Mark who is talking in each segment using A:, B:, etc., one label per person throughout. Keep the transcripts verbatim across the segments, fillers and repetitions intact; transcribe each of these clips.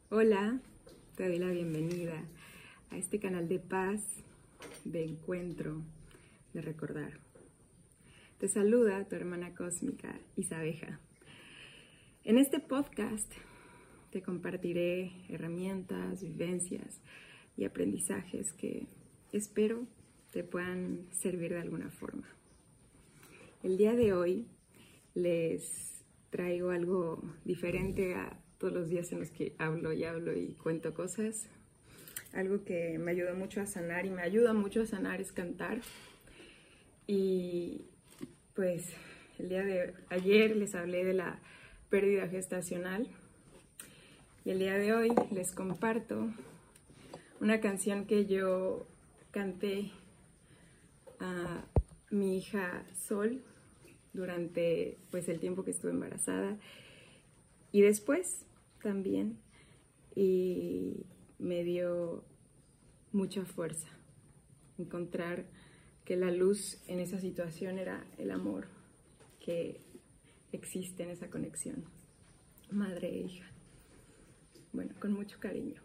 A: Hola, te doy la bienvenida a este canal de paz, de encuentro, de recordar. Te saluda tu hermana cósmica Isabeja. En este podcast te compartiré herramientas, vivencias y aprendizajes que espero te puedan servir de alguna forma. El día de hoy les traigo algo diferente a todos los días en los que hablo y hablo y cuento cosas. Algo que me ayudó mucho a sanar y me ayuda mucho a sanar es cantar. Y pues el día de ayer les hablé de la pérdida gestacional y el día de hoy les comparto una canción que yo canté a mi hija Sol durante pues el tiempo que estuve embarazada y después también, y me dio mucha fuerza encontrar que la luz en esa situación era el amor que existe en esa conexión madre e hija. Bueno, con mucho cariño.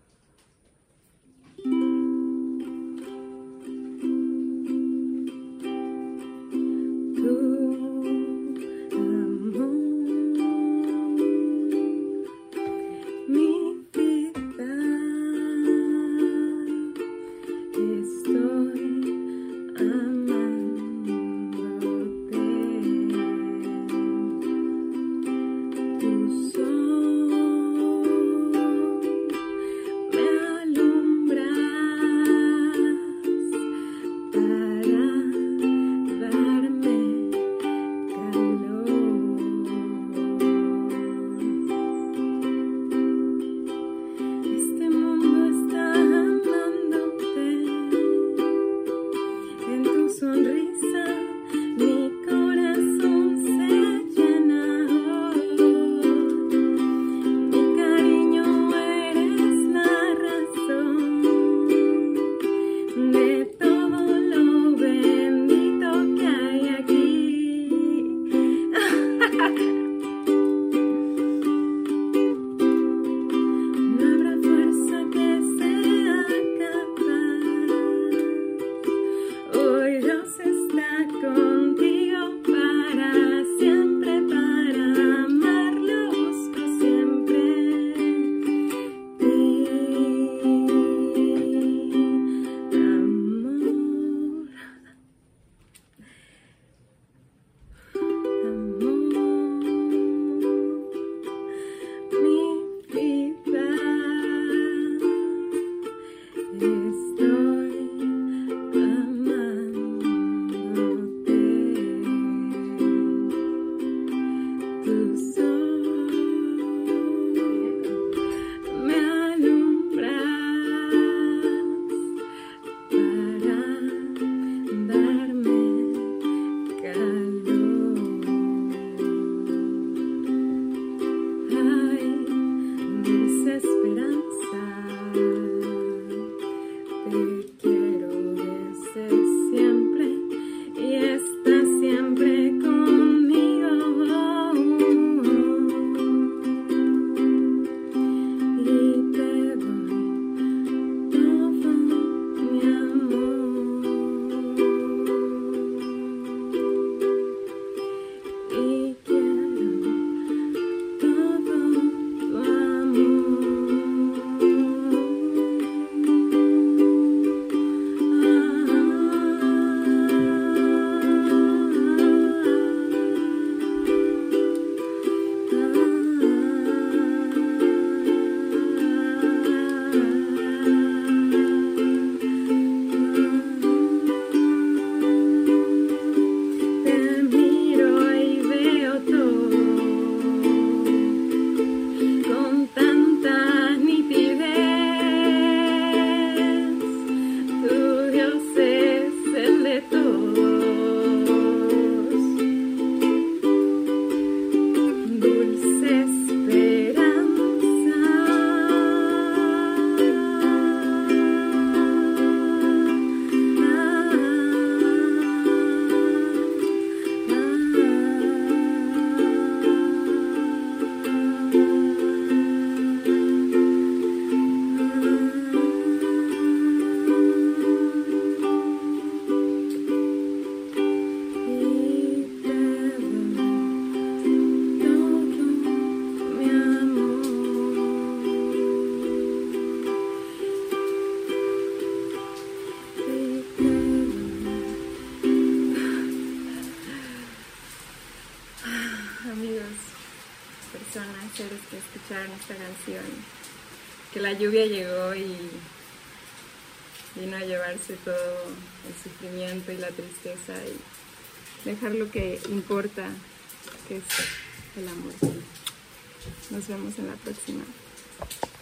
A: seres que escucharon esta canción, que la lluvia llegó y vino a llevarse todo el sufrimiento y la tristeza y dejar lo que importa, que es el amor. Nos vemos en la próxima.